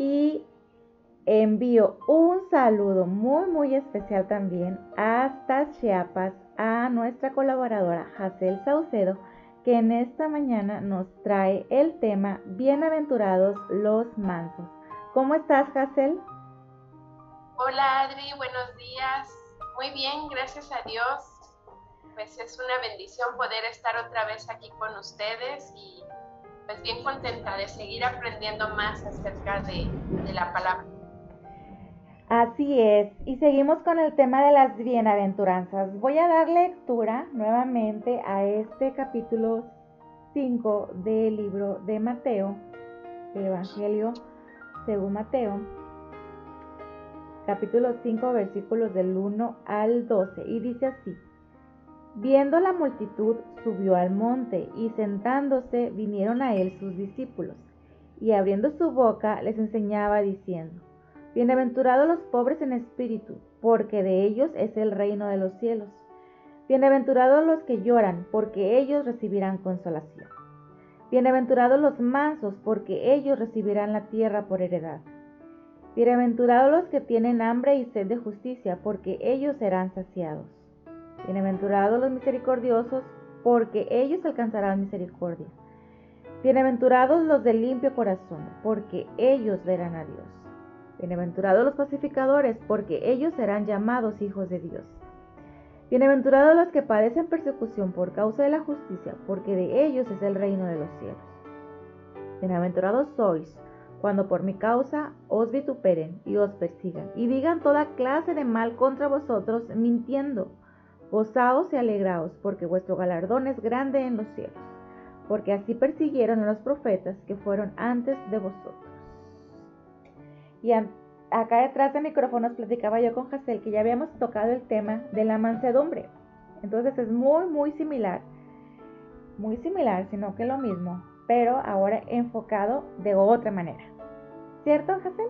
Y envío un saludo muy especial también hasta Chiapas a nuestra colaboradora Hazel Saucedo, que en esta mañana nos trae el tema Bienaventurados los mansos. ¿Cómo estás, Hazel? Hola Adri, buenos días. Muy bien, gracias a Dios. Pues es una bendición poder estar otra vez aquí con ustedes y pues bien contenta de seguir aprendiendo más acerca de la palabra. Así es, y seguimos con el tema de las bienaventuranzas. Voy a dar lectura nuevamente a este capítulo 5 del libro de Mateo, el Evangelio según Mateo, capítulo 5, versículos del 1 al 12, y dice así: Viendo la multitud, subió al monte, y sentándose vinieron a él sus discípulos, y abriendo su boca les enseñaba diciendo: Bienaventurados los pobres en espíritu, porque de ellos es el reino de los cielos. Bienaventurados los que lloran, porque ellos recibirán consolación. Bienaventurados los mansos, porque ellos recibirán la tierra por heredad. Bienaventurados los que tienen hambre y sed de justicia, porque ellos serán saciados. Bienaventurados los misericordiosos, porque ellos alcanzarán misericordia. Bienaventurados los de limpio corazón, porque ellos verán a Dios. Bienaventurados los pacificadores, porque ellos serán llamados hijos de Dios. Bienaventurados los que padecen persecución por causa de la justicia, porque de ellos es el reino de los cielos. Bienaventurados sois, cuando por mi causa os vituperen y os persigan, y digan toda clase de mal contra vosotros, mintiendo. Gozaos y alegraos, porque vuestro galardón es grande en los cielos, porque así persiguieron a los profetas que fueron antes de vosotros. Y acá detrás del micrófono os platicaba yo con Hazel que ya habíamos tocado el tema de la mansedumbre. Entonces es muy similar, sino que lo mismo, pero ahora enfocado de otra manera. ¿Cierto, Hazel?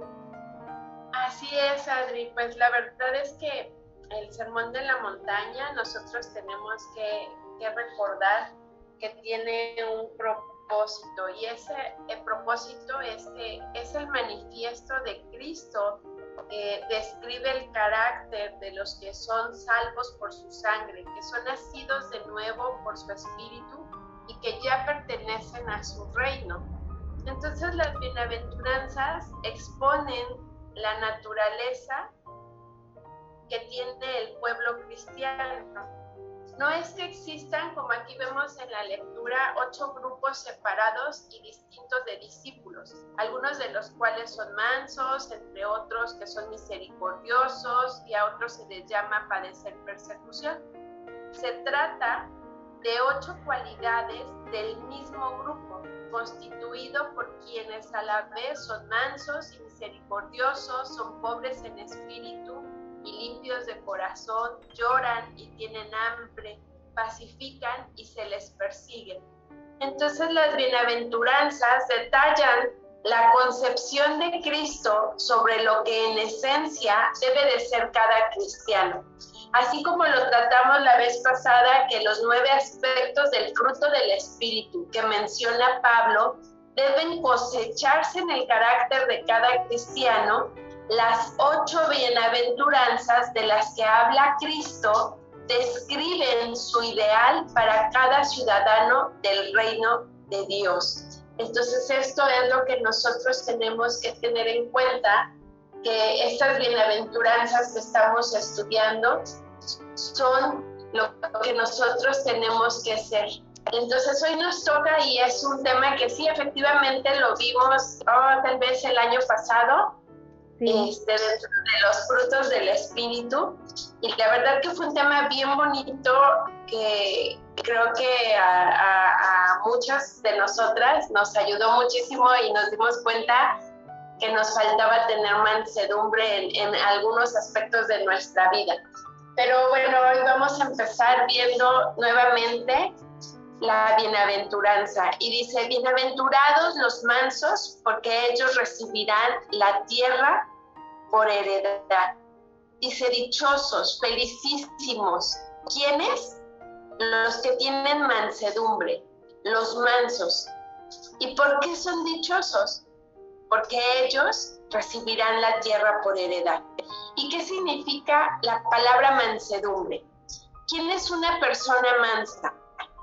Así es, Adri. Pues la verdad es que el sermón de la montaña nosotros tenemos que recordar que tiene un propósito, y ese propósito es el manifiesto de Cristo que describe el carácter de los que son salvos por su sangre, que son nacidos de nuevo por su espíritu y que ya pertenecen a su reino. Entonces las bienaventuranzas exponen la naturaleza que tiene el pueblo cristiano. No es que existan, como aquí vemos en la lectura, 8 grupos separados y distintos de discípulos, algunos de los cuales son mansos, entre otros que son misericordiosos, y a otros se les llama padecer persecución. Se trata de 8 cualidades del mismo grupo, constituido por quienes a la vez son mansos y misericordiosos, son pobres en espíritu y limpios de corazón, lloran y tienen hambre, pacifican y se les persiguen. Entonces las bienaventuranzas detallan la concepción de Cristo sobre lo que en esencia debe de ser cada cristiano. Así como lo tratamos la vez pasada, que los 9 aspectos del fruto del Espíritu que menciona Pablo deben cosecharse en el carácter de cada cristiano, las 8 bienaventuranzas de las que habla Cristo describen su ideal para cada ciudadano del reino de Dios. Entonces esto es lo que nosotros tenemos que tener en cuenta, que estas bienaventuranzas que estamos estudiando son lo que nosotros tenemos que ser. Entonces hoy nos toca, y es un tema que sí, efectivamente lo vimos tal vez el año pasado, dentro de los frutos del Espíritu, y la verdad que fue un tema bien bonito que creo que a muchas de nosotras nos ayudó muchísimo, y nos dimos cuenta que nos faltaba tener mansedumbre en algunos aspectos de nuestra vida. Pero bueno, hoy vamos a empezar viendo nuevamente la bienaventuranza, y dice: bienaventurados los mansos, porque ellos recibirán la tierra por heredad. Dice: dichosos, felicísimos. ¿Quiénes? Los que tienen mansedumbre, los mansos. ¿Y por qué son dichosos? porque ellos recibirán la tierra por heredad. ¿Y qué significa la palabra mansedumbre? ¿Quién es una persona mansa?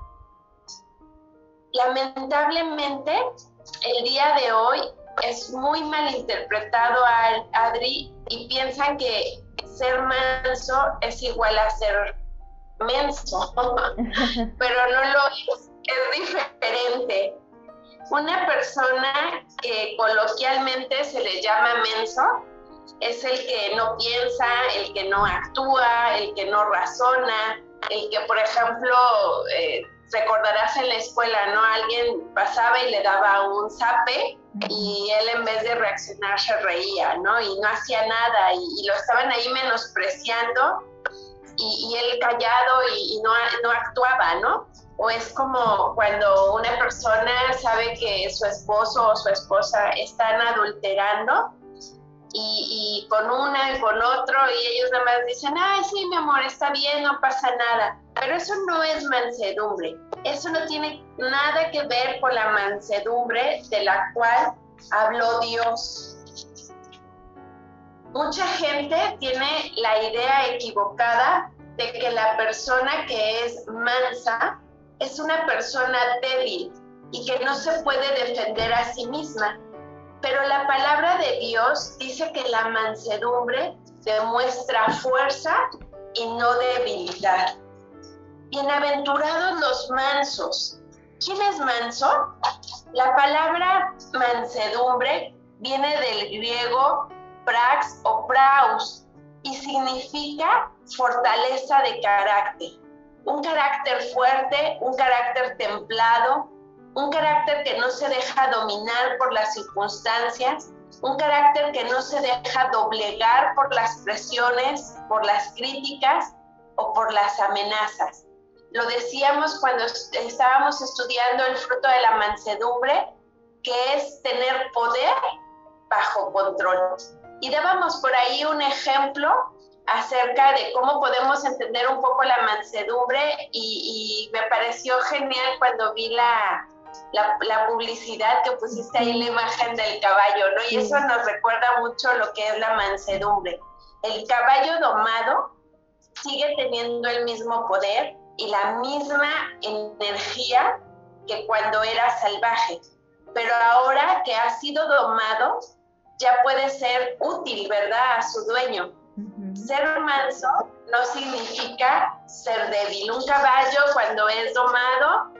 Lamentablemente, el día de hoy es muy malinterpretado, Adri, y piensan que ser manso es igual a ser menso, pero no lo es diferente. Una persona que coloquialmente se le llama menso es el que no piensa, el que no actúa, el que no razona, el que, por ejemplo, recordarás en la escuela, ¿no? Alguien pasaba y le daba un zape y él en vez de reaccionar se reía, ¿no? Y no hacía nada y lo estaban ahí menospreciando y él callado y no actuaba, ¿no? O es como cuando una persona sabe que su esposo o su esposa están adulterando y con una y con otro y ellos nada más dicen, ay, sí, mi amor, está bien, no pasa nada. Pero eso no es mansedumbre. Eso no tiene nada que ver con la mansedumbre de la cual habló Dios. Mucha gente tiene la idea equivocada de que la persona que es mansa es una persona débil y que no se puede defender a sí misma. Pero la palabra de Dios dice que la mansedumbre demuestra fuerza y no debilidad. Bienaventurados los mansos. ¿Quién es manso? La palabra mansedumbre viene del griego prax o praus y significa fortaleza de carácter. Un carácter fuerte, un carácter templado, un carácter que no se deja dominar por las circunstancias, un carácter que no se deja doblegar por las presiones, por las críticas o por las amenazas. Lo decíamos cuando estábamos estudiando el fruto de la mansedumbre, que es tener poder bajo control. Y dábamos por ahí un ejemplo acerca de cómo podemos entender un poco la mansedumbre y me pareció genial cuando vi la publicidad que pusiste ahí, la imagen del caballo, ¿no? Y eso nos recuerda mucho lo que es la mansedumbre. El caballo domado sigue teniendo el mismo poder y la misma energía que cuando era salvaje, pero ahora que ha sido domado, ya puede ser útil, ¿verdad?, a su dueño. Ser manso no significa ser débil. Un caballo, cuando es domado,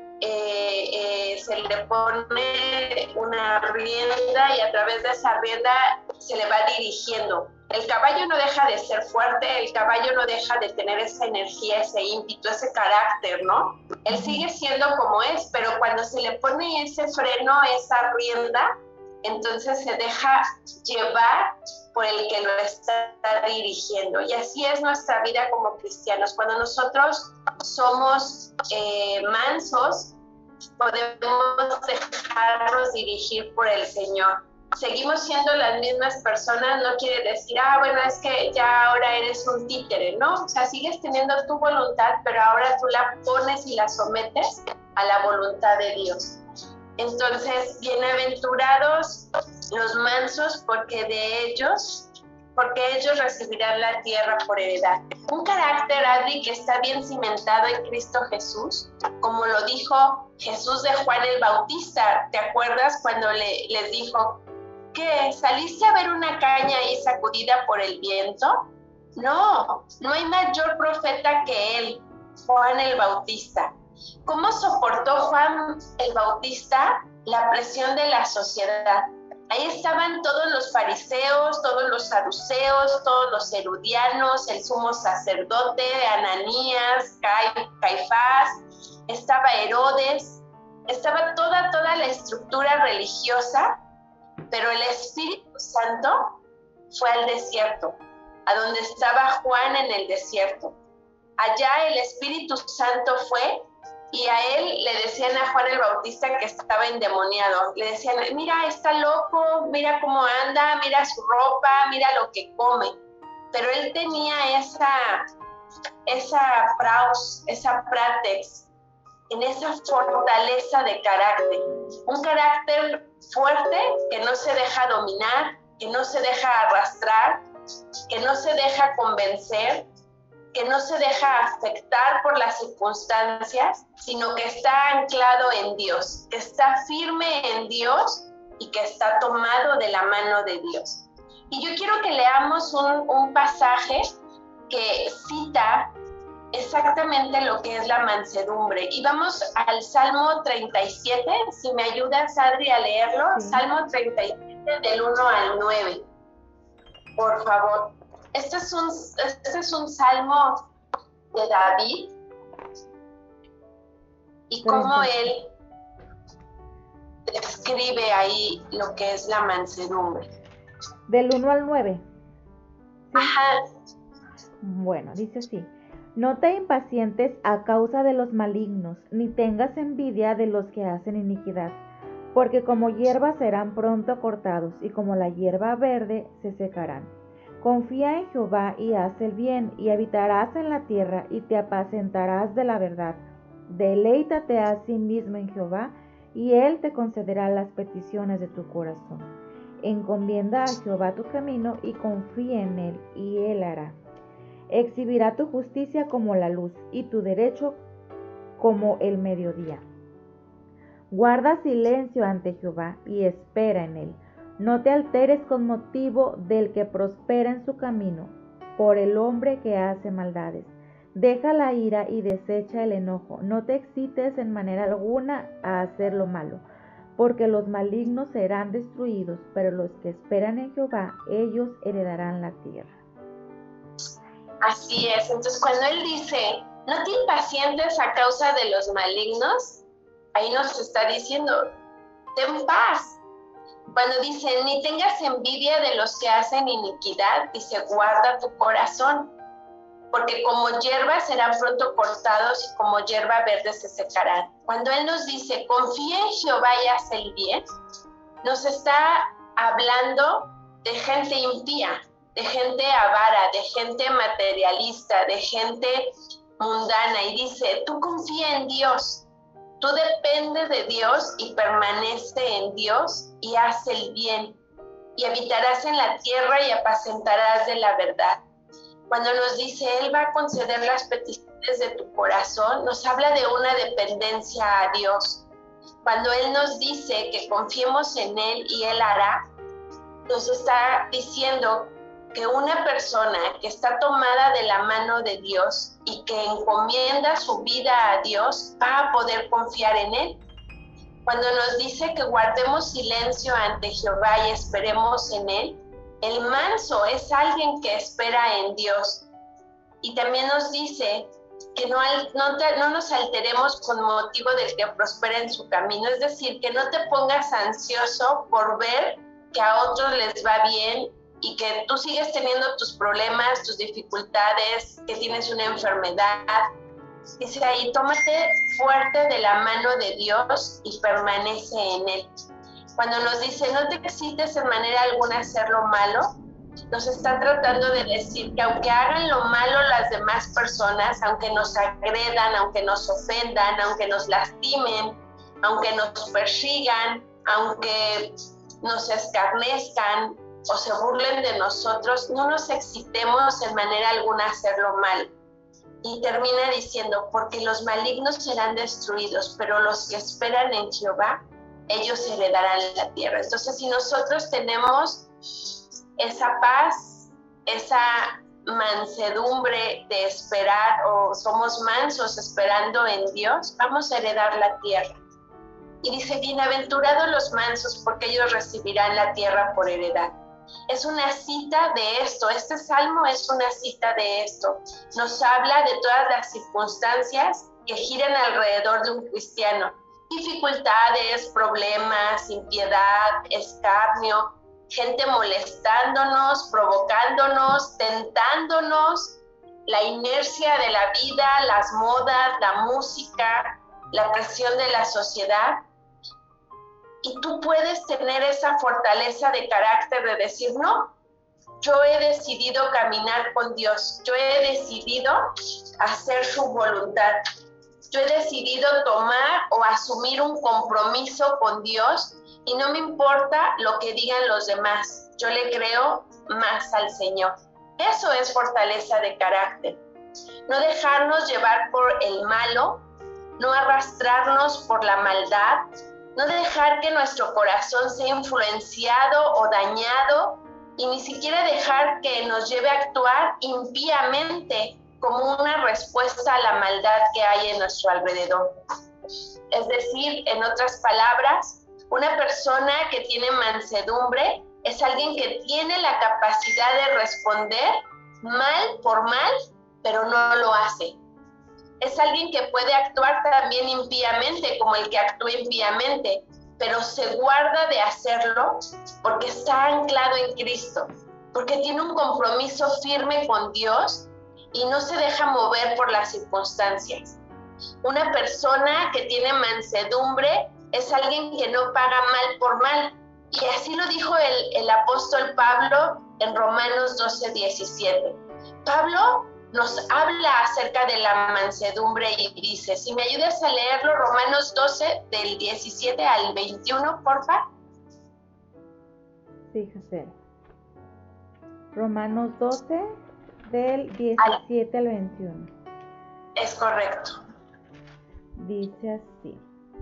se le pone una rienda y a través de esa rienda se le va dirigiendo. El caballo no deja de ser fuerte, el caballo no deja de tener esa energía, ese ímpetu, ese carácter, ¿no? Él sigue siendo como es, pero cuando se le pone ese freno, esa rienda, entonces se deja llevar por el que lo está dirigiendo. Y así es nuestra vida como cristianos. Cuando nosotros somos mansos, podemos dejarnos dirigir por el Señor. Seguimos siendo las mismas personas, no quiere decir, bueno, es que ya ahora eres un títere, ¿no? O sea, sigues teniendo tu voluntad, pero ahora tú la pones y la sometes a la voluntad de Dios. Entonces, bienaventurados los mansos, porque ellos recibirán la tierra por heredad. Un carácter, Adri, que está bien cimentado en Cristo Jesús, como lo dijo Jesús de Juan el Bautista. ¿Te acuerdas cuando les dijo que saliste a ver una caña ahí sacudida por el viento? No hay mayor profeta que él, Juan el Bautista. ¿Cómo soportó Juan el Bautista la presión de la sociedad? Ahí estaban todos los fariseos, todos los saduceos, todos los herodianos, el sumo sacerdote, Ananías, Caifás, estaba Herodes, estaba toda la estructura religiosa, pero el Espíritu Santo fue al desierto, a donde estaba Juan en el desierto. Allá el Espíritu Santo fue y a él le decían a Juan el Bautista que estaba endemoniado. Le decían, mira, está loco, mira cómo anda, mira su ropa, mira lo que come. Pero él tenía esa praus, esa pratex, en esa fortaleza de carácter. Un carácter fuerte, que no se deja dominar, que no se deja arrastrar, que no se deja convencer, que no se deja afectar por las circunstancias, sino que está anclado en Dios, que está firme en Dios y que está tomado de la mano de Dios. Y yo quiero que leamos un pasaje que cita exactamente lo que es la mansedumbre. Y vamos al Salmo 37, si me ayudas, Adri, a leerlo. Sí. Salmo 37, del 1 al 9. Por favor. Este es un salmo de David y cómo él describe ahí lo que es la mansedumbre. Del 1 al 9. ¿Sí? Ajá. Bueno, dice así: no te impacientes a causa de los malignos, ni tengas envidia de los que hacen iniquidad, porque como hierba serán pronto cortados, y como la hierba verde se secarán. Confía en Jehová y haz el bien, y habitarás en la tierra, y te apacentarás de la verdad. Deleítate a sí mismo en Jehová, y Él te concederá las peticiones de tu corazón. Encomienda a Jehová tu camino, y confía en Él, y Él hará. Exhibirá tu justicia como la luz, y tu derecho como el mediodía. Guarda silencio ante Jehová, y espera en Él. No te alteres con motivo del que prospera en su camino, por el hombre que hace maldades. Deja la ira y desecha el enojo. No te excites en manera alguna a hacer lo malo, porque los malignos serán destruidos, pero los que esperan en Jehová, ellos heredarán la tierra. Así es. Entonces, cuando él dice, no te impacientes a causa de los malignos, ahí nos está diciendo, ten paz. Cuando dice, ni tengas envidia de los que hacen iniquidad, dice, guarda tu corazón, porque como hierba serán pronto cortados y como hierba verde se secarán. Cuando él nos dice, confía en Jehová y haz el bien, nos está hablando de gente impía, de gente avara, de gente materialista, de gente mundana, y dice, tú confía en Dios. Tú dependes de Dios y permanece en Dios y haz el bien. Y habitarás en la tierra y apacentarás de la verdad. Cuando nos dice, Él va a conceder las peticiones de tu corazón, nos habla de una dependencia a Dios. Cuando Él nos dice que confiemos en Él y Él hará, nos está diciendo que una persona que está tomada de la mano de Dios y que encomienda su vida a Dios va a poder confiar en Él. Cuando nos dice que guardemos silencio ante Jehová y esperemos en Él, el manso es alguien que espera en Dios. Y también nos dice que no nos alteremos con motivo del que prospera en su camino, es decir, que no te pongas ansioso por ver que a otros les va bien y que tú sigues teniendo tus problemas, tus dificultades, que tienes una enfermedad. Dice ahí, tómate fuerte de la mano de Dios y permanece en Él. Cuando nos dice, no te excites en manera alguna a hacer lo malo, nos está tratando de decir que aunque hagan lo malo las demás personas, aunque nos agredan, aunque nos ofendan, aunque nos lastimen, aunque nos persigan, aunque nos escarnezcan o se burlen de nosotros, no nos excitemos en manera alguna a hacerlo mal. Y termina diciendo, porque los malignos serán destruidos, pero los que esperan en Jehová, ellos heredarán la tierra. Entonces, si nosotros tenemos esa paz, esa mansedumbre de esperar, o somos mansos esperando en Dios, vamos a heredar la tierra. Y dice, bienaventurados los mansos, porque ellos recibirán la tierra por heredad. Es una cita de esto, este salmo es una cita de esto. Nos habla de todas las circunstancias que giran alrededor de un cristiano. Dificultades, problemas, impiedad, escarnio, gente molestándonos, provocándonos, tentándonos, la inercia de la vida, las modas, la música, la presión de la sociedad. Y tú puedes tener esa fortaleza de carácter de decir, no, yo he decidido caminar con Dios, yo he decidido hacer su voluntad, yo he decidido tomar o asumir un compromiso con Dios y no me importa lo que digan los demás, yo le creo más al Señor. Eso es fortaleza de carácter. No dejarnos llevar por el malo, no arrastrarnos por la maldad, no dejar que nuestro corazón sea influenciado o dañado y ni siquiera dejar que nos lleve a actuar impíamente como una respuesta a la maldad que hay en nuestro alrededor. Es decir, en otras palabras, una persona que tiene mansedumbre es alguien que tiene la capacidad de responder mal por mal, pero no lo hace. Es alguien que puede actuar también impíamente, como el que actúa impíamente, pero se guarda de hacerlo porque está anclado en Cristo, porque tiene un compromiso firme con Dios y no se deja mover por las circunstancias. Una persona que tiene mansedumbre es alguien que no paga mal por mal. Y así lo dijo el apóstol Pablo en Romanos 12:17. Pablo nos habla acerca de la mansedumbre y dice, si me ayudas a leerlo, Romanos 12, del 17 al 21, porfa. Sí, José. Romanos 12, del 17 al 21. Es correcto. Dice así.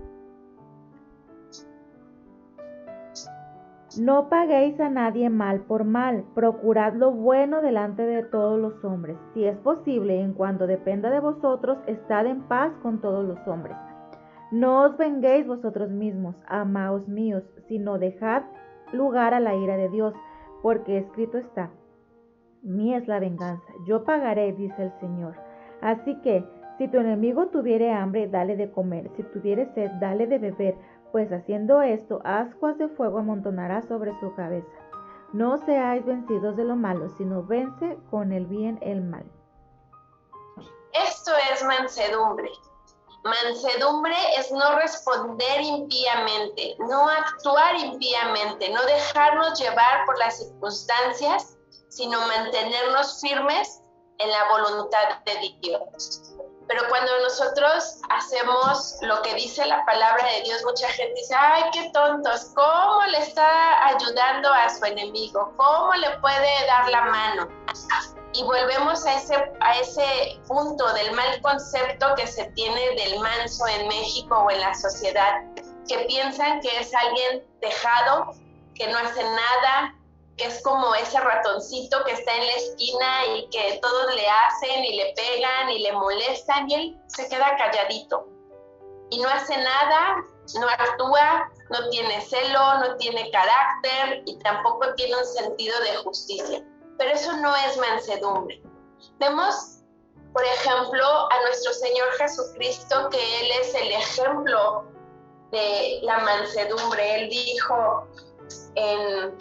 No paguéis a nadie mal por mal, procurad lo bueno delante de todos los hombres. Si es posible, en cuanto dependa de vosotros, estad en paz con todos los hombres. No os venguéis vosotros mismos, amaos míos, sino dejad lugar a la ira de Dios, porque escrito está, mía es la venganza, yo pagaré, dice el Señor. Así que, si tu enemigo tuviere hambre, dale de comer, si tuviere sed, dale de beber, pues haciendo esto, ascuas de fuego amontonará sobre su cabeza. No seáis vencidos de lo malo, sino vence con el bien el mal. Esto es mansedumbre. Mansedumbre es no responder impíamente, no actuar impíamente, no dejarnos llevar por las circunstancias, sino mantenernos firmes en la voluntad de Dios. Pero cuando nosotros hacemos lo que dice la palabra de Dios, mucha gente dice, ay, qué tontos, ¿cómo le está ayudando a su enemigo? ¿Cómo le puede dar la mano? Y volvemos a ese punto del mal concepto que se tiene del manso en México o en la sociedad, que piensan que es alguien dejado, que no hace nada, que es como ese ratoncito que está en la esquina y que todos le hacen y le pegan y le molestan y él se queda calladito y no hace nada, no actúa, no tiene celo, no tiene carácter y tampoco tiene un sentido de justicia. Pero eso no es mansedumbre. Vemos, por ejemplo, a nuestro Señor Jesucristo, que Él es el ejemplo de la mansedumbre. Él dijo en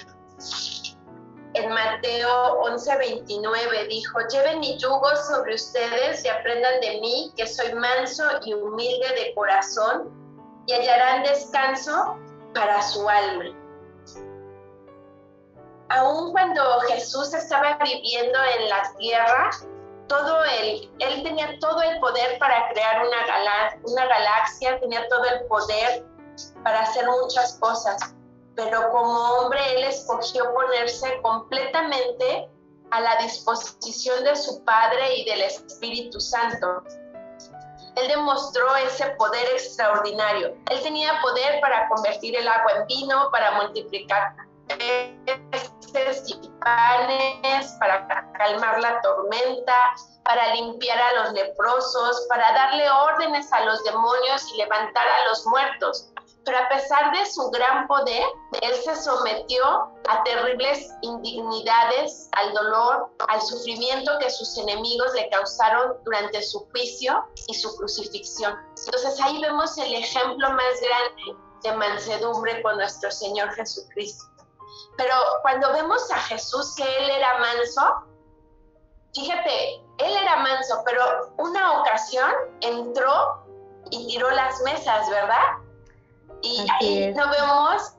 Mateo 11:29, dijo, lleven mi yugo sobre ustedes y aprendan de mí, que soy manso y humilde de corazón, y hallarán descanso para su alma. Aun cuando Jesús estaba viviendo en la tierra, él tenía todo el poder para crear una galaxia, tenía todo el poder para hacer muchas cosas, pero como hombre él escogió ponerse completamente a la disposición de su Padre y del Espíritu Santo. Él demostró ese poder extraordinario. Él tenía poder para convertir el agua en vino, para multiplicar peces y panes, para calmar la tormenta, para limpiar a los leprosos, para darle órdenes a los demonios y levantar a los muertos. Pero a pesar de su gran poder, él se sometió a terribles indignidades, al dolor, al sufrimiento que sus enemigos le causaron durante su juicio y su crucifixión. Entonces ahí vemos el ejemplo más grande de mansedumbre con nuestro Señor Jesucristo. Pero cuando vemos a Jesús que Él era manso, fíjate, Él era manso, pero una ocasión entró y tiró las mesas, ¿verdad? Y ahí no vemos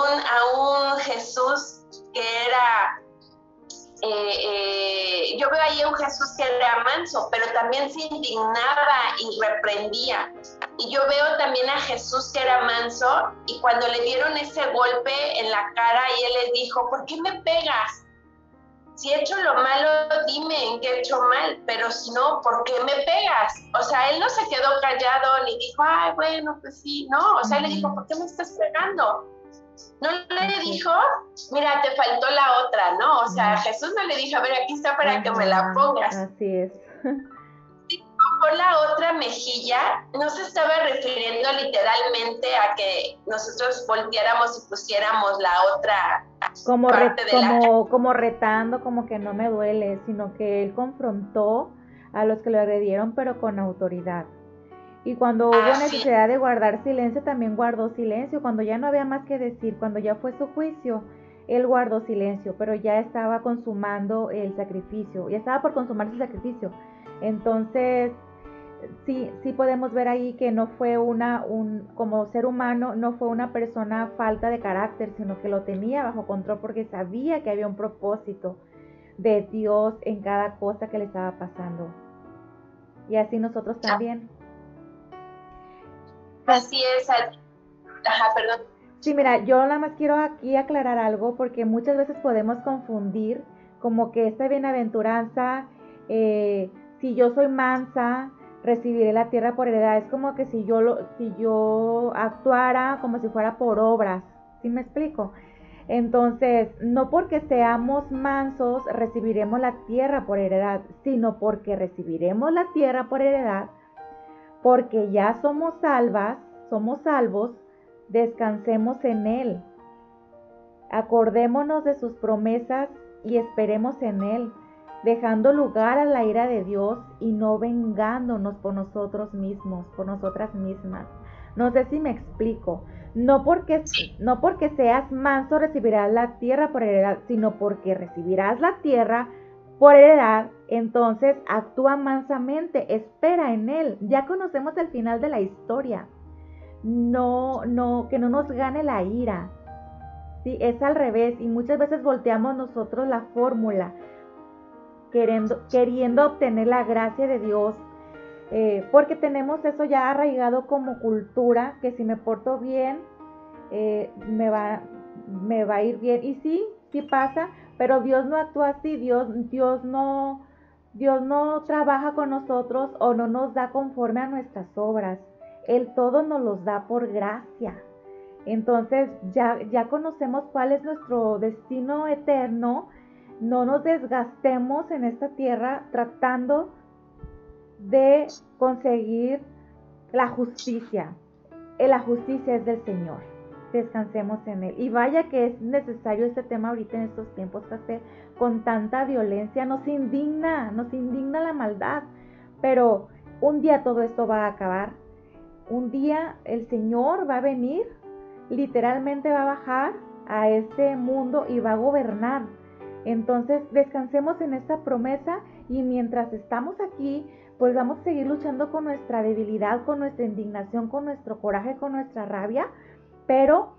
a un Jesús que era, yo veo ahí veía un Jesús que era manso, pero también se indignaba y reprendía. Y yo veo también a Jesús que era manso, y cuando le dieron ese golpe en la cara y él les dijo, ¿por qué me pegas? Si he hecho lo malo, dime en qué he hecho mal, pero si no, ¿por qué me pegas? O sea, él no se quedó callado ni dijo, ay, bueno, pues sí, no. O sea, él le dijo, ¿por qué me estás pegando? No le dijo, mira, te faltó la otra, ¿no? O sea, Jesús no le dijo, a ver, aquí está para que me la pongas. Así es. Por la otra mejilla, no se estaba refiriendo literalmente a que nosotros volteáramos y pusiéramos la otra parte de la cara. Como retando, como que no me duele, sino que él confrontó a los que lo agredieron, pero con autoridad. Y cuando hubo necesidad de guardar silencio, también guardó silencio. Cuando ya no había más que decir, cuando ya fue su juicio, él guardó silencio, pero ya estaba consumando el sacrificio, ya estaba por consumarse el sacrificio. Entonces, sí podemos ver ahí que no fue como ser humano, no fue una persona falta de carácter, sino que lo tenía bajo control porque sabía que había un propósito de Dios en cada cosa que le estaba pasando. Y así nosotros también. Así es. Ajá, perdón. Sí, mira, yo nada más quiero aquí aclarar algo porque muchas veces podemos confundir como que esta bienaventuranza, si yo soy mansa, recibiré la tierra por heredad. Es como que si yo actuara como si fuera por obras, ¿sí me explico? Entonces, no porque seamos mansos recibiremos la tierra por heredad, sino porque recibiremos la tierra por heredad, porque ya somos salvos, descansemos en Él. Acordémonos de sus promesas y esperemos en Él, dejando lugar a la ira de Dios y no vengándonos por nosotros mismos, por nosotras mismas. No sé si me explico. No porque seas manso recibirás la tierra por heredad, sino porque recibirás la tierra por heredad, entonces actúa mansamente, espera en Él. Ya conocemos el final de la historia. Que no nos gane la ira. Sí, es al revés y muchas veces volteamos nosotros la fórmula queriendo obtener la gracia de Dios, porque tenemos eso ya arraigado como cultura, que si me porto bien me va a ir bien, y sí pasa, pero Dios no actúa así. Dios no trabaja con nosotros o no nos da conforme a nuestras obras. Él todo nos los da por gracia. Entonces ya conocemos cuál es nuestro destino eterno. No nos desgastemos en esta tierra tratando de conseguir la justicia. La justicia es del Señor. Descansemos en Él. Y vaya que es necesario este tema ahorita en estos tiempos, Café, con tanta violencia. Nos indigna la maldad. Pero un día todo esto va a acabar. Un día el Señor va a venir, literalmente va a bajar a este mundo y va a gobernar. Entonces descansemos en esta promesa y mientras estamos aquí, pues vamos a seguir luchando con nuestra debilidad, con nuestra indignación, con nuestro coraje, con nuestra rabia, pero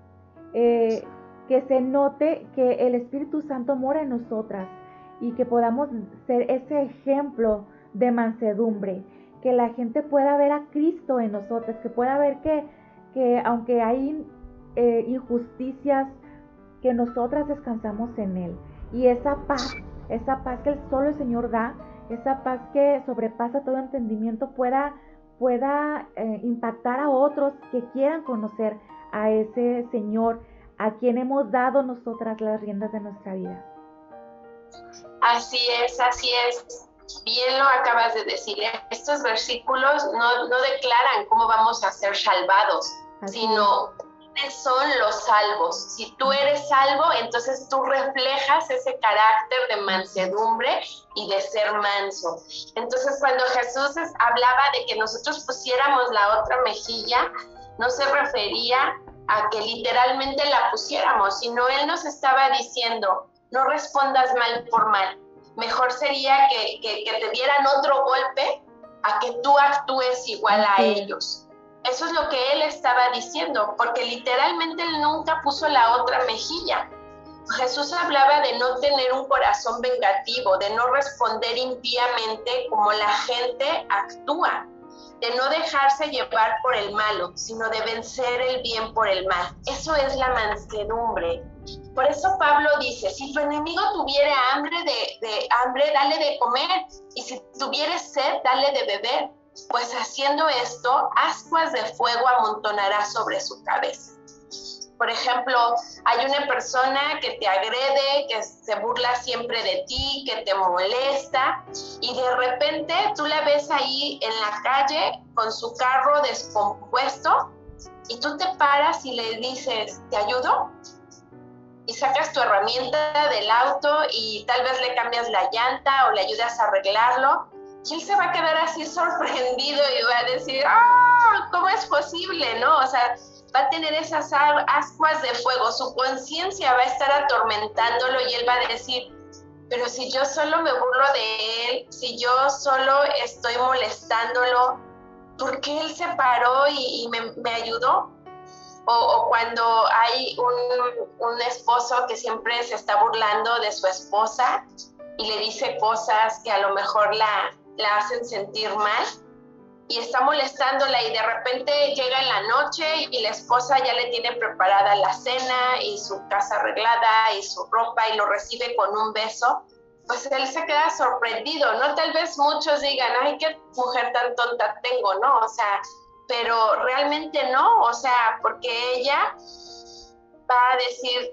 que se note que el Espíritu Santo mora en nosotras y que podamos ser ese ejemplo de mansedumbre, que la gente pueda ver a Cristo en nosotros, que pueda ver que aunque hay injusticias, que nosotras descansamos en Él. Y esa paz que solo el Señor da, esa paz que sobrepasa todo entendimiento, pueda impactar a otros que quieran conocer a ese Señor a quien hemos dado nosotras las riendas de nuestra vida. Así es. Bien lo acabas de decir. Estos versículos no declaran cómo vamos a ser salvados, sino quiénes son los salvos. Si tú eres salvo, entonces tú reflejas ese carácter de mansedumbre y de ser manso. Entonces, cuando Jesús hablaba de que nosotros pusiéramos la otra mejilla, no se refería a que literalmente la pusiéramos, sino Él nos estaba diciendo, no respondas mal por mal. Mejor sería que te dieran otro golpe a que tú actúes igual a ellos. Eso es lo que Él estaba diciendo, porque literalmente Él nunca puso la otra mejilla. Jesús hablaba de no tener un corazón vengativo, de no responder impíamente como la gente actúa, de no dejarse llevar por el malo, sino de vencer el bien por el mal. Eso es la mansedumbre. Por eso Pablo dice, si tu enemigo tuviere hambre, hambre, dale de comer, y si tuviere sed, dale de beber, pues haciendo esto, ascuas de fuego amontonará sobre su cabeza. Por ejemplo, hay una persona que te agrede, que se burla siempre de ti, que te molesta, y de repente tú la ves ahí en la calle con su carro descompuesto, y tú te paras y le dices, ¿te ayudo? Y sacas tu herramienta del auto y tal vez le cambias la llanta o le ayudas a arreglarlo, y él se va a quedar así sorprendido y va a decir, ¡ah! ¿Cómo es posible? ¿No? O sea, va a tener esas ascuas de fuego, su conciencia va a estar atormentándolo y él va a decir, pero si yo solo me burlo de él, si yo solo estoy molestándolo, ¿por qué él se paró y me ayudó? O cuando hay un esposo que siempre se está burlando de su esposa y le dice cosas que a lo mejor la hacen sentir mal, y está molestándola y de repente llega en la noche y la esposa ya le tiene preparada la cena y su casa arreglada y su ropa y lo recibe con un beso, pues él se queda sorprendido, ¿no? Tal vez muchos digan, ay, qué mujer tan tonta tengo, ¿no? O sea, pero realmente no, o sea, porque ella va a decir,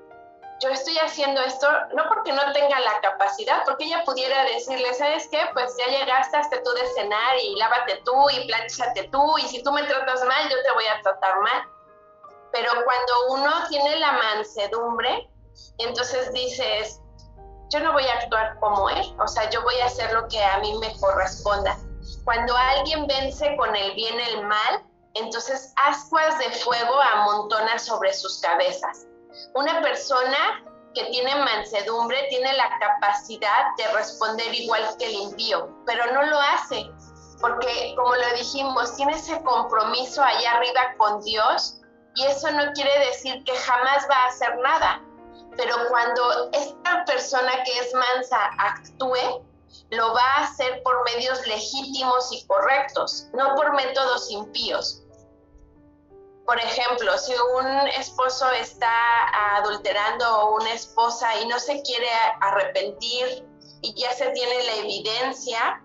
yo estoy haciendo esto no porque no tenga la capacidad, porque ella pudiera decirle, ¿sabes qué? Pues ya llegaste hasta tú de cenar y lávate tú y plánchate tú y si tú me tratas mal, yo te voy a tratar mal. Pero cuando uno tiene la mansedumbre, entonces dices, yo no voy a actuar como él, o sea, yo voy a hacer lo que a mí me corresponda. Cuando alguien vence con el bien el mal, entonces ascuas de fuego amontona sobre sus cabezas. Una persona que tiene mansedumbre tiene la capacidad de responder igual que el impío, pero no lo hace, porque como lo dijimos, tiene ese compromiso allá arriba con Dios, y eso no quiere decir que jamás va a hacer nada, pero cuando esta persona que es mansa actúe, lo va a hacer por medios legítimos y correctos, no por métodos impíos. Por ejemplo, si un esposo está adulterando a una esposa y no se quiere arrepentir y ya se tiene la evidencia,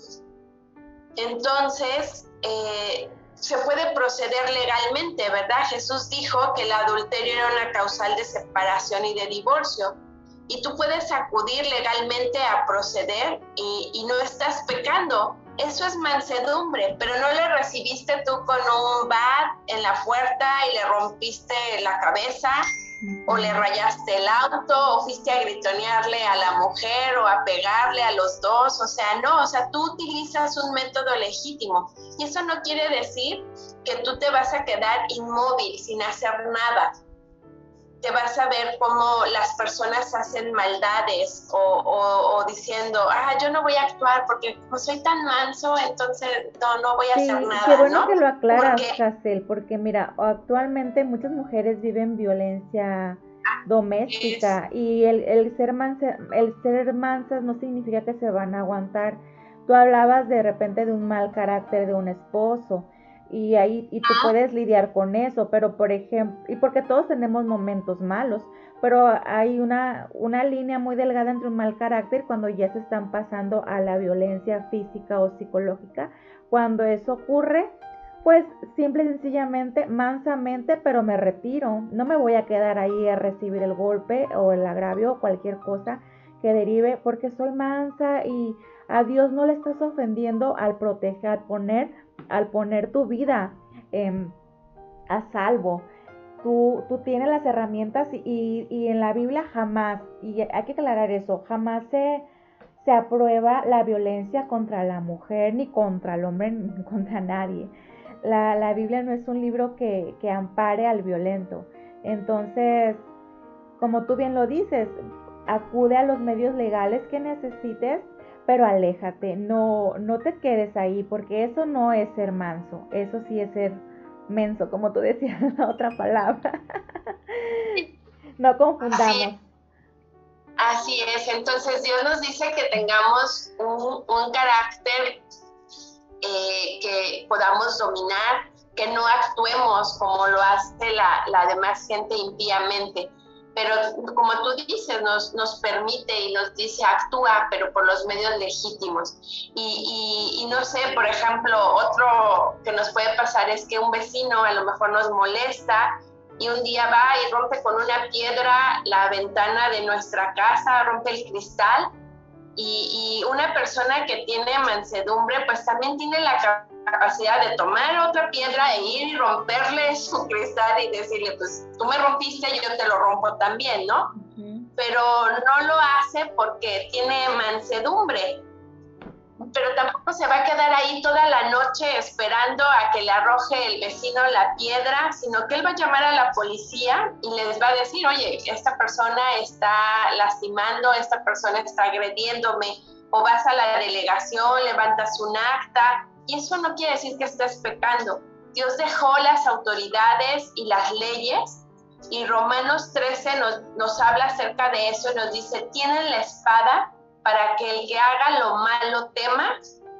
entonces se puede proceder legalmente, ¿verdad? Jesús dijo que el adulterio era una causal de separación y de divorcio. Y tú puedes acudir legalmente a proceder y no estás pecando. Eso es mansedumbre, pero no le recibiste tú con un bat en la puerta y le rompiste la cabeza, o le rayaste el auto, o fuiste a gritonearle a la mujer o a pegarle a los dos. O sea, no, o sea, tú utilizas un método legítimo. Y eso no quiere decir que tú te vas a quedar inmóvil sin hacer nada. Te vas a ver cómo las personas hacen maldades o diciendo, yo no voy a actuar porque como soy tan manso, entonces no voy a hacer nada, qué bueno, ¿no? que lo aclaras, Hazel, porque mira, actualmente muchas mujeres viven violencia doméstica y el ser mansas no significa que se van a aguantar. Tú hablabas de repente de un mal carácter de un esposo y tú puedes lidiar con eso, pero por ejemplo, y porque todos tenemos momentos malos, pero hay una línea muy delgada entre un mal carácter cuando ya se están pasando a la violencia física o psicológica. Cuando eso ocurre, pues simple y sencillamente, mansamente, pero me retiro, no me voy a quedar ahí a recibir el golpe o el agravio o cualquier cosa que derive, porque soy mansa y a Dios no le estás ofendiendo al proteger, al poner tu vida a salvo. Tú tienes las herramientas y en la Biblia jamás, y hay que aclarar eso, jamás se aprueba la violencia contra la mujer, ni contra el hombre, ni contra nadie. La Biblia no es un libro que ampare al violento. Entonces, como tú bien lo dices, acude a los medios legales que necesites, pero aléjate, no te quedes ahí, porque eso no es ser manso, eso sí es ser menso, como tú decías la otra palabra. No confundamos. Así es, entonces Dios nos dice que tengamos un carácter que podamos dominar, que no actuemos como lo hace la demás gente impíamente. Pero como tú dices, nos permite y nos dice actúa, pero por los medios legítimos. Y no sé, por ejemplo, otro que nos puede pasar es que un vecino a lo mejor nos molesta y un día va y rompe con una piedra la ventana de nuestra casa, rompe el cristal. Y una persona que tiene mansedumbre, pues también tiene la capacidad de tomar otra piedra e ir y romperle su cristal y decirle, pues tú me rompiste, yo te lo rompo también, ¿no? Pero no lo hace porque tiene mansedumbre. Pero tampoco se va a quedar ahí toda la noche esperando a que le arroje el vecino la piedra, sino que él va a llamar a la policía y les va a decir, oye, esta persona está lastimando, esta persona está agrediéndome, o vas a la delegación, levantas un acta, y eso no quiere decir que estés pecando. Dios dejó las autoridades y las leyes, y Romanos 13 nos habla acerca de eso y nos dice, tienen la espada para que el que haga lo malo tema,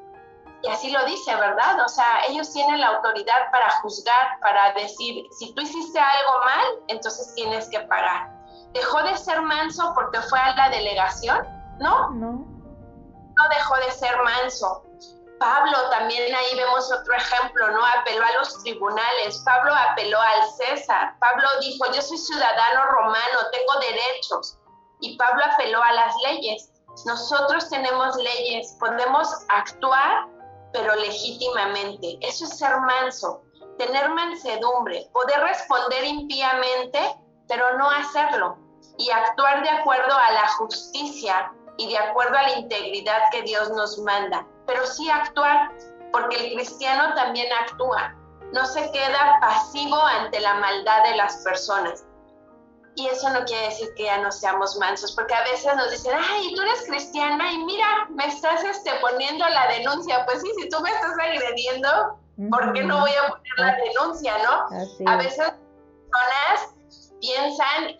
y así lo dice, ¿verdad? O sea, ellos tienen la autoridad para juzgar, para decir, si tú hiciste algo mal, entonces tienes que pagar. ¿Dejó de ser manso porque fue a la delegación? No dejó de ser manso. Pablo, también ahí vemos otro ejemplo, ¿no? Apeló a los tribunales, Pablo apeló al César, Pablo dijo, yo soy ciudadano romano, tengo derechos, y Pablo apeló a las leyes. Nosotros tenemos leyes, podemos actuar, pero legítimamente. Eso es ser manso, tener mansedumbre, poder responder impíamente, pero no hacerlo, y actuar de acuerdo a la justicia y de acuerdo a la integridad que Dios nos manda. Pero sí actuar, porque el cristiano también actúa, no se queda pasivo ante la maldad de las personas. Y eso no quiere decir que ya no seamos mansos, porque a veces nos dicen, ay, tú eres cristiana y mira, me estás poniendo la denuncia. Pues sí, si tú me estás agrediendo, ¿por qué no voy a poner la denuncia, no? A veces personas piensan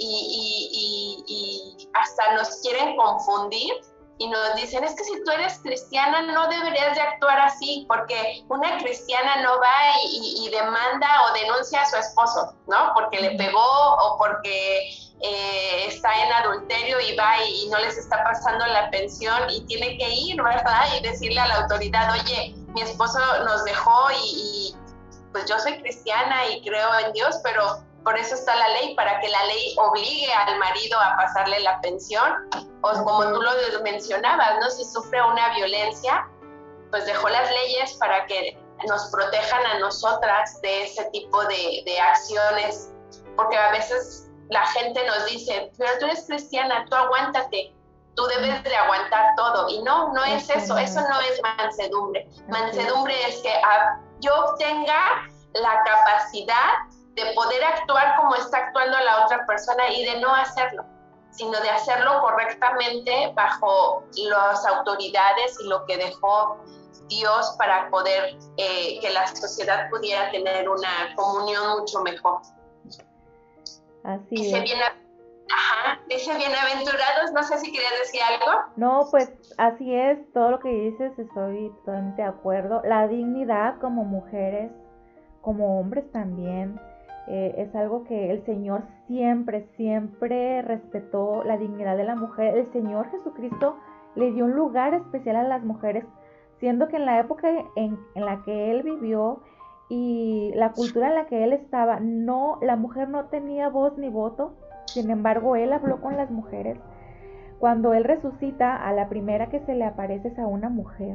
y hasta nos quieren confundir y nos dicen, es que si tú eres cristiana no deberías de actuar así, porque una cristiana no va y demanda o denuncia a su esposo, ¿no? Porque le pegó o porque está en adulterio y va y no les está pasando la pensión y tiene que ir, ¿verdad? Y decirle a la autoridad, oye, mi esposo nos dejó y pues yo soy cristiana y creo en Dios, pero por eso está la ley, para que la ley obligue al marido a pasarle la pensión, o como tú lo mencionabas, ¿no? Si sufre una violencia, pues dejó las leyes para que nos protejan a nosotras de ese tipo de acciones, porque a veces la gente nos dice, pero tú eres cristiana, tú aguántate, tú debes de aguantar todo, y no es eso no es mansedumbre. Mansedumbre es que yo obtenga la capacidad de poder actuar como está actuando la otra persona y de no hacerlo, sino de hacerlo correctamente bajo las autoridades y lo que dejó Dios para poder que la sociedad pudiera tener una comunión mucho mejor. Así dice bienaventurados, no sé si querías decir algo. No, pues así es, todo lo que dices estoy totalmente de acuerdo. La dignidad como mujeres, como hombres también, es algo que el Señor siempre respetó la dignidad de la mujer. El Señor Jesucristo le dio un lugar especial a las mujeres, siendo que en la época en la que Él vivió y la cultura en la que Él estaba, no, la mujer no tenía voz ni voto. Sin embargo, Él habló con las mujeres. Cuando Él resucita, a la primera que se le aparece es a una mujer.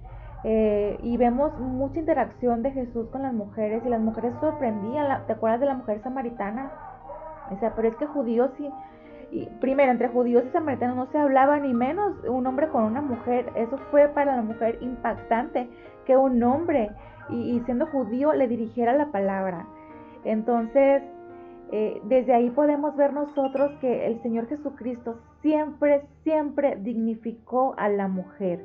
Y vemos mucha interacción de Jesús con las mujeres y las mujeres sorprendían. ¿Te acuerdas de la mujer samaritana? O sea, pero es que judíos y primero, entre judíos y samaritanos no se hablaba, ni menos un hombre con una mujer. Eso fue para la mujer impactante, que un hombre y siendo judío le dirigiera la palabra. Entonces, desde ahí podemos ver nosotros que el Señor Jesucristo siempre dignificó a la mujer.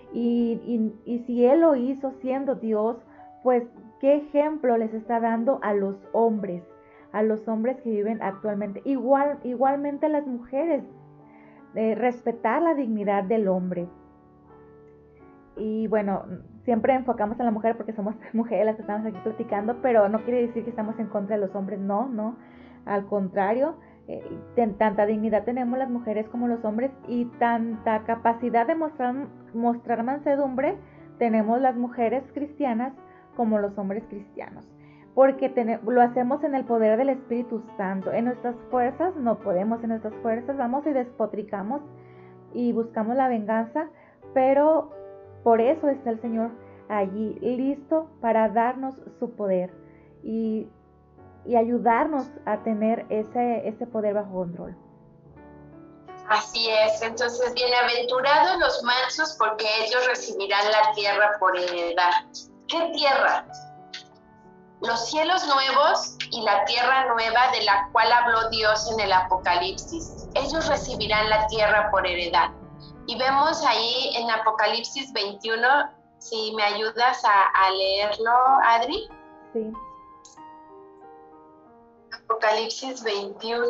Y si Él lo hizo siendo Dios, pues qué ejemplo les está dando a los hombres, a los hombres que viven actualmente. Igualmente las mujeres, respetar la dignidad del hombre. Y bueno, siempre enfocamos en la mujer porque somos mujeres las que estamos aquí platicando, pero no quiere decir que estamos en contra de los hombres, no, al contrario, tanta dignidad tenemos las mujeres como los hombres y tanta capacidad de mostrar mansedumbre tenemos las mujeres cristianas como los hombres cristianos, porque lo hacemos en el poder del Espíritu Santo. En nuestras fuerzas no podemos, en nuestras fuerzas vamos y despotricamos y buscamos la venganza, pero por eso está el Señor allí, listo para darnos su poder y ayudarnos a tener ese poder bajo control. Así es, entonces bienaventurados los mansos porque ellos recibirán la tierra por heredad. ¿Qué tierra? Los cielos nuevos y la tierra nueva de la cual habló Dios en el Apocalipsis. Ellos recibirán la tierra por heredad. Y vemos ahí en Apocalipsis 21, si me ayudas a leerlo, Adri. Sí. Apocalipsis 21.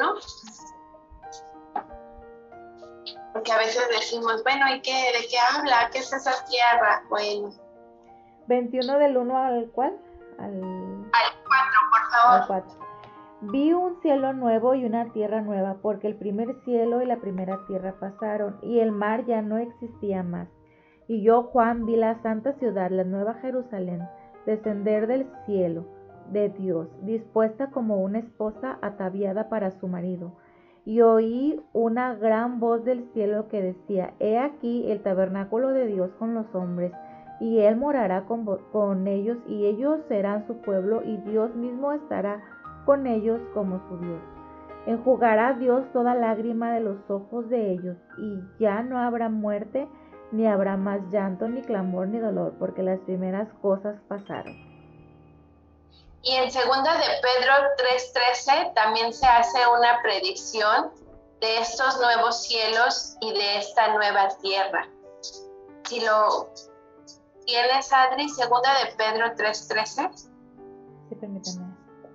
Porque a veces decimos, bueno, ¿y qué? ¿De qué habla? ¿Qué es esa tierra? Bueno. 21 del 1 al ¿cuál? Al 4, por favor. Al 4. Vi un cielo nuevo y una tierra nueva, porque el primer cielo y la primera tierra pasaron, y el mar ya no existía más. Y yo, Juan, vi la santa ciudad, la nueva Jerusalén, descender del cielo de Dios, dispuesta como una esposa ataviada para su marido. Y oí una gran voz del cielo que decía: He aquí el tabernáculo de Dios con los hombres, y Él morará con ellos, y ellos serán su pueblo, y Dios mismo estará con ellos como su Dios. Enjugará Dios toda lágrima de los ojos de ellos, y ya no habrá muerte, ni habrá más llanto, ni clamor, ni dolor, porque las primeras cosas pasaron. Y en 2 de Pedro 3:13 también se hace una predicción de estos nuevos cielos y de esta nueva tierra. Si lo tienes, Adri, 2 de Pedro 3:13. Sí, permítame.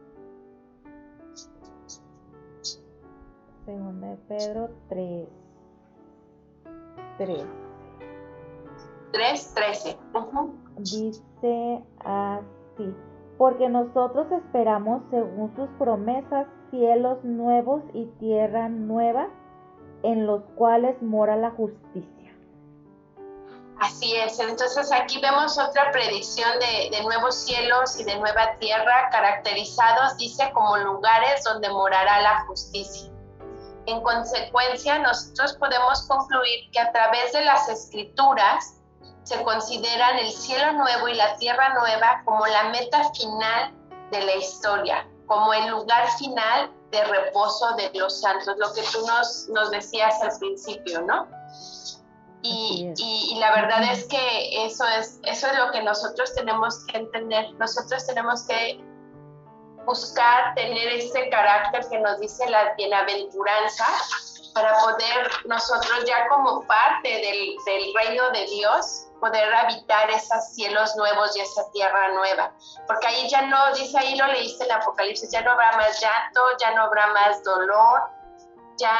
2 de Pedro 3:13. Dice así: porque nosotros esperamos, según sus promesas, cielos nuevos y tierra nueva, en los cuales mora la justicia. Así es, entonces aquí vemos otra predicción de nuevos cielos y de nueva tierra, caracterizados, dice, como lugares donde morará la justicia. En consecuencia, nosotros podemos concluir que a través de las Escrituras se consideran el cielo nuevo y la tierra nueva como la meta final de la historia, como el lugar final de reposo de los santos, lo que tú nos decías al principio, ¿no? Y la verdad es que eso es lo que nosotros tenemos que entender. Nosotros tenemos que buscar tener ese carácter que nos dice la bienaventuranza para poder nosotros ya como parte del reino de Dios poder habitar esos cielos nuevos y esa tierra nueva. Porque ahí ya no, dice ahí, lo leíste en el Apocalipsis, ya no habrá más llanto, ya no habrá más dolor, ya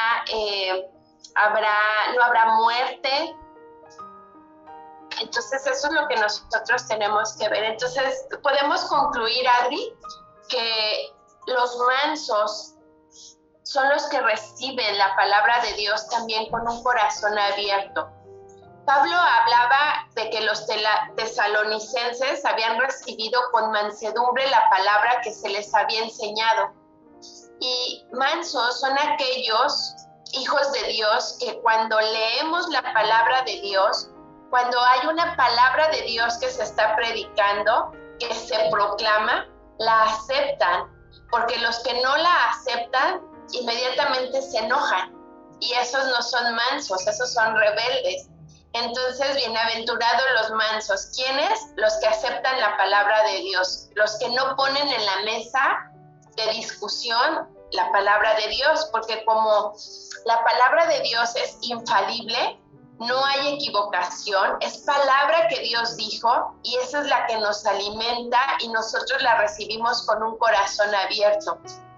no habrá muerte. Entonces eso es lo que nosotros tenemos que ver. Entonces podemos concluir, Adri, que los mansos son los que reciben la palabra de Dios también con un corazón abierto. Pablo hablaba de que los tesalonicenses habían recibido con mansedumbre la palabra que se les había enseñado. Y mansos son aquellos hijos de Dios que cuando leemos la palabra de Dios, cuando hay una palabra de Dios que se está predicando, que se proclama, la aceptan, porque los que no la aceptan inmediatamente se enojan, y esos no son mansos, esos son rebeldes. Entonces, bienaventurados los mansos. ¿Quiénes? Los que aceptan la palabra de Dios, los que no ponen en la mesa de discusión la palabra de Dios, porque como la palabra de Dios es infalible, no hay equivocación, es palabra que Dios dijo y esa es la que nos alimenta y nosotros la recibimos con un corazón abierto.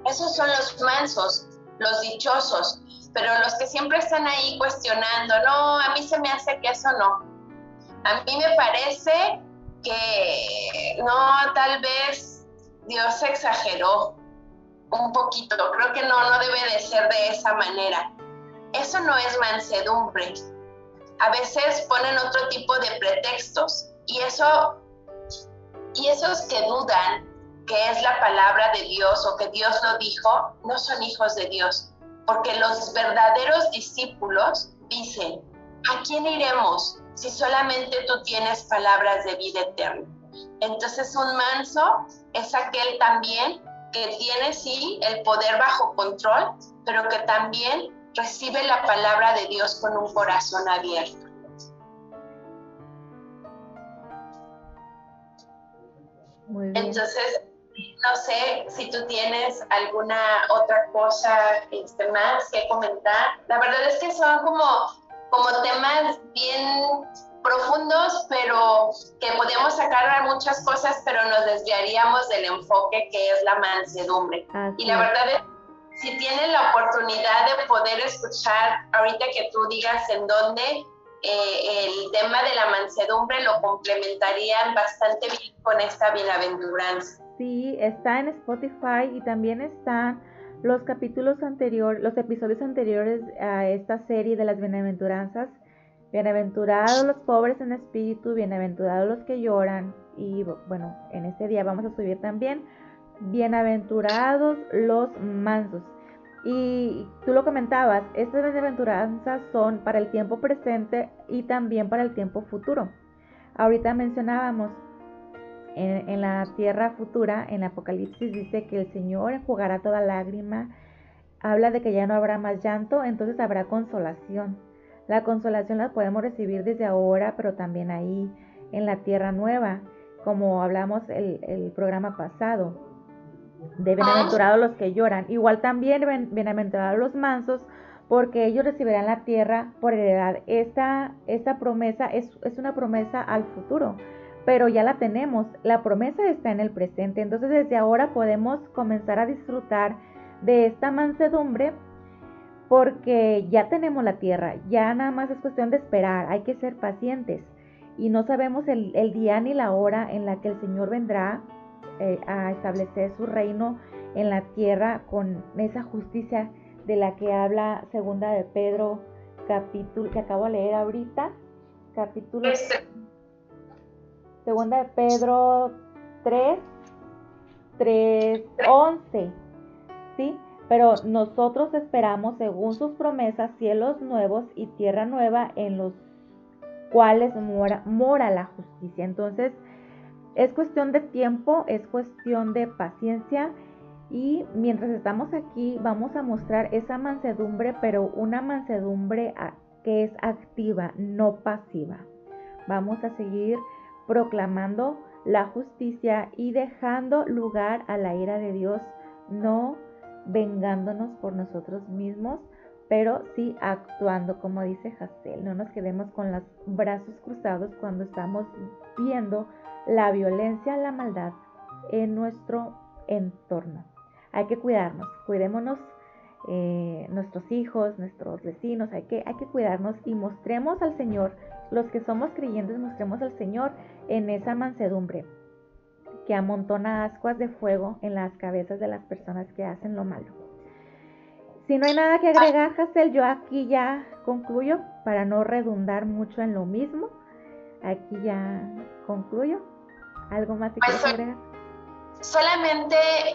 Esos son los mansos, los dichosos, pero los que siempre están ahí cuestionando, no, a mí se me hace que eso no. A mí me parece que no, tal vez Dios exageró un poquito, creo que no debe de ser de esa manera. Eso no es mansedumbre. A veces ponen otro tipo de pretextos y esos que dudan que es la palabra de Dios o que Dios lo dijo, no son hijos de Dios. Porque los verdaderos discípulos dicen, ¿a quién iremos si solamente tú tienes palabras de vida eterna? Entonces un manso es aquel también que tiene sí el poder bajo control, pero que también recibe la palabra de Dios con un corazón abierto. Muy bien. Entonces, no sé si tú tienes alguna otra cosa más que comentar. La verdad es que son como temas bien profundos, pero que podemos sacar muchas cosas, pero nos desviaríamos del enfoque que es la mansedumbre. Y la verdad es, si tienen la oportunidad de poder escuchar, ahorita que tú digas en dónde, el tema de la mansedumbre lo complementarían bastante bien con esta bienaventuranza. Sí, está en Spotify y también están los capítulos anteriores, los episodios anteriores a esta serie de las bienaventuranzas. Bienaventurados los pobres en espíritu, bienaventurados los que lloran. Y bueno, en este día vamos a subir también bienaventurados los mansos. Y tú lo comentabas, estas bienaventuranzas son para el tiempo presente y también para el tiempo futuro. Ahorita mencionábamos en la tierra futura, en Apocalipsis dice que el Señor enjugará toda lágrima, habla de que ya no habrá más llanto, entonces habrá consolación. La consolación la podemos recibir desde ahora, pero también ahí en la tierra nueva, como hablamos el programa pasado, de bienaventurados los que lloran. Igual también bienaventurados los mansos, porque ellos recibirán la tierra por heredad. Esta promesa es una promesa al futuro, pero ya la tenemos, la promesa está en el presente, entonces desde ahora podemos comenzar a disfrutar de esta mansedumbre porque ya tenemos la tierra, ya nada más es cuestión de esperar, hay que ser pacientes y no sabemos el día ni la hora en la que el Señor vendrá a establecer su reino en la tierra con esa justicia de la que habla segunda de Pedro, capítulo que acabo de leer ahorita, capítulo segunda de Pedro 3:11, ¿sí? Pero nosotros esperamos, según sus promesas, cielos nuevos y tierra nueva en los cuales mora la justicia. Entonces, es cuestión de tiempo, es cuestión de paciencia y mientras estamos aquí vamos a mostrar esa mansedumbre, pero una mansedumbre que es activa, no pasiva. Vamos a seguir proclamando la justicia y dejando lugar a la ira de Dios, no vengándonos por nosotros mismos, pero sí actuando, como dice Hazel. No nos quedemos con los brazos cruzados cuando estamos viendo la violencia, la maldad en nuestro entorno. Hay que cuidarnos, cuidémonos, nuestros hijos, nuestros vecinos, hay que cuidarnos y mostremos al Señor, los que somos creyentes, mostremos al Señor en esa mansedumbre que amontona ascuas de fuego en las cabezas de las personas que hacen lo malo. Si no hay nada que agregar, Hazel, yo aquí ya concluyo para no redundar mucho en lo mismo. Aquí ya concluyo. ¿Algo más que quieras agregar? Solamente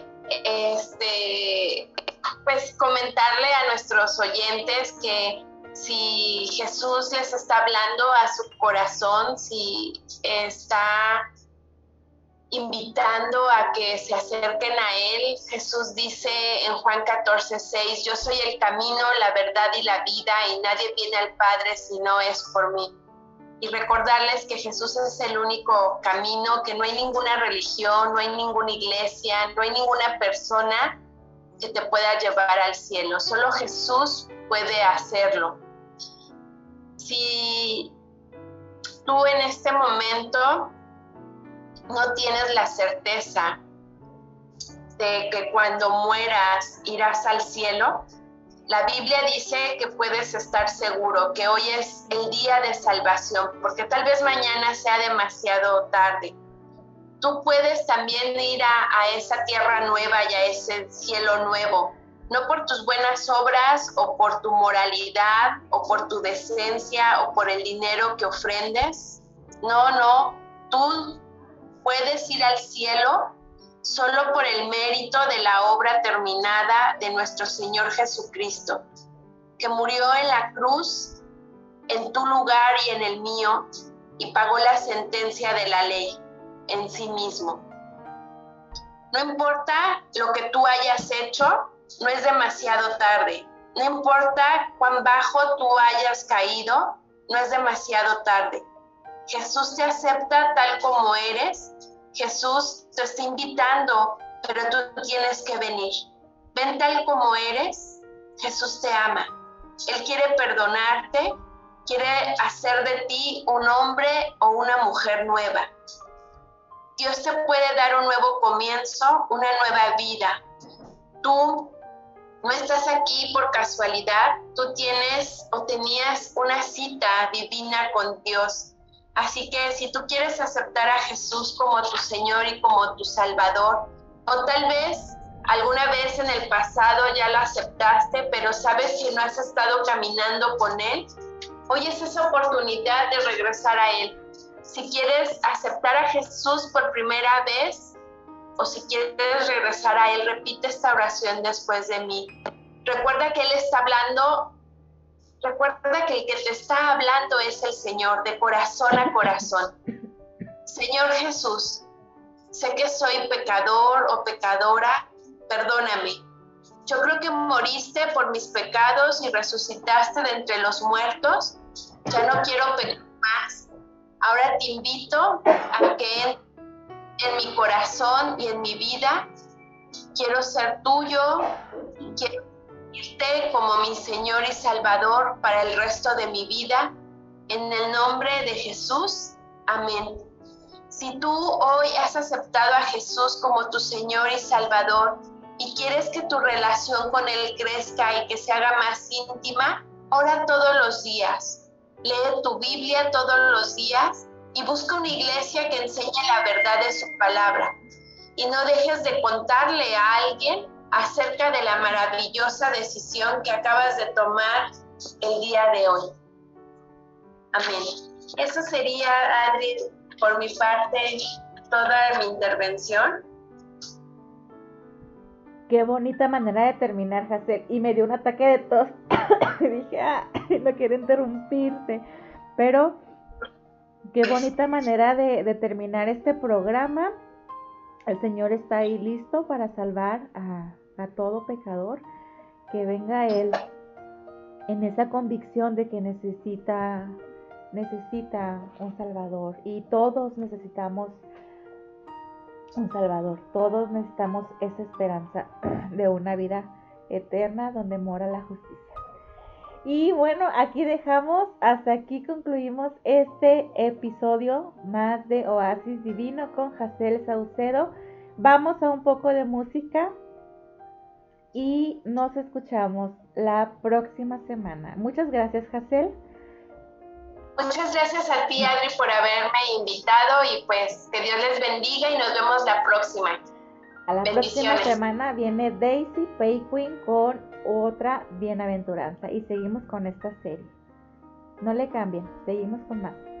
pues comentarle a nuestros oyentes que si Jesús les está hablando a su corazón, si está invitando a que se acerquen a Él, Jesús dice en Juan 14:6, yo soy el camino, la verdad y la vida, y nadie viene al Padre si no es por mí. Y recordarles que Jesús es el único camino, que no hay ninguna religión, no hay ninguna iglesia, no hay ninguna persona que te pueda llevar al cielo. Solo Jesús puede hacerlo. Si tú en este momento no tienes la certeza de que cuando mueras irás al cielo, la Biblia dice que puedes estar seguro que hoy es el día de salvación, porque tal vez mañana sea demasiado tarde. Tú puedes también ir a esa tierra nueva y a ese cielo nuevo, no por tus buenas obras o por tu moralidad o por tu decencia o por el dinero que ofrendes. No, tú puedes ir al cielo solo por el mérito de la obra terminada de nuestro Señor Jesucristo, que murió en la cruz en tu lugar y en el mío y pagó la sentencia de la ley en sí mismo. No importa lo que tú hayas hecho, no es demasiado tarde. No importa cuán bajo tú hayas caído, no es demasiado tarde. Jesús te acepta tal como eres. Jesús te está invitando, pero tú tienes que venir. Ven tal como eres. Jesús te ama. Él quiere perdonarte, quiere hacer de ti un hombre o una mujer nueva. Dios te puede dar un nuevo comienzo, una nueva vida. Tú no estás aquí por casualidad, tú tienes o tenías una cita divina con Dios. Así que si tú quieres aceptar a Jesús como tu Señor y como tu Salvador, o tal vez alguna vez en el pasado ya lo aceptaste, pero sabes que no has estado caminando con Él, hoy es esa oportunidad de regresar a Él. Si quieres aceptar a Jesús por primera vez, o si quieres regresar a Él, repite esta oración después de mí. Recuerda que Él está hablando. Recuerda que el que te está hablando es el Señor, de corazón a corazón. Señor Jesús, sé que soy pecador o pecadora, perdóname. Yo creo que moriste por mis pecados y resucitaste de entre los muertos. Ya no quiero pecar más. Ahora te invito a que en mi corazón y en mi vida quiero ser tuyo, quiero irte como mi Señor y Salvador para el resto de mi vida. En el nombre de Jesús, amén. Si tú hoy has aceptado a Jesús como tu Señor y Salvador y quieres que tu relación con Él crezca y que se haga más íntima, ora todos los días. Lee tu Biblia todos los días y busca una iglesia que enseñe la verdad de su palabra. Y no dejes de contarle a alguien acerca de la maravillosa decisión que acabas de tomar el día de hoy. Amén. Eso sería, Adri, por mi parte, toda mi intervención. Qué bonita manera de terminar, Hazel. Y me dio un ataque de tos. Y dije, no quiero interrumpirte. Pero qué bonita manera de terminar este programa. El Señor está ahí listo para salvar a todo pecador. Que venga Él en esa convicción de que necesita un Salvador. Y todos necesitamos un Salvador. Todos necesitamos esa esperanza de una vida eterna donde mora la justicia. Y bueno, hasta aquí concluimos este episodio más de Oasis Divino con Hazel Saucedo. Vamos a un poco de música y nos escuchamos la próxima semana. Muchas gracias, Hazel. Muchas gracias a ti, Adri, por haberme invitado y pues que Dios les bendiga y nos vemos la próxima. A la próxima semana viene Daisy Payquin con otra bienaventuranza y seguimos con esta serie. No le cambien, seguimos con más.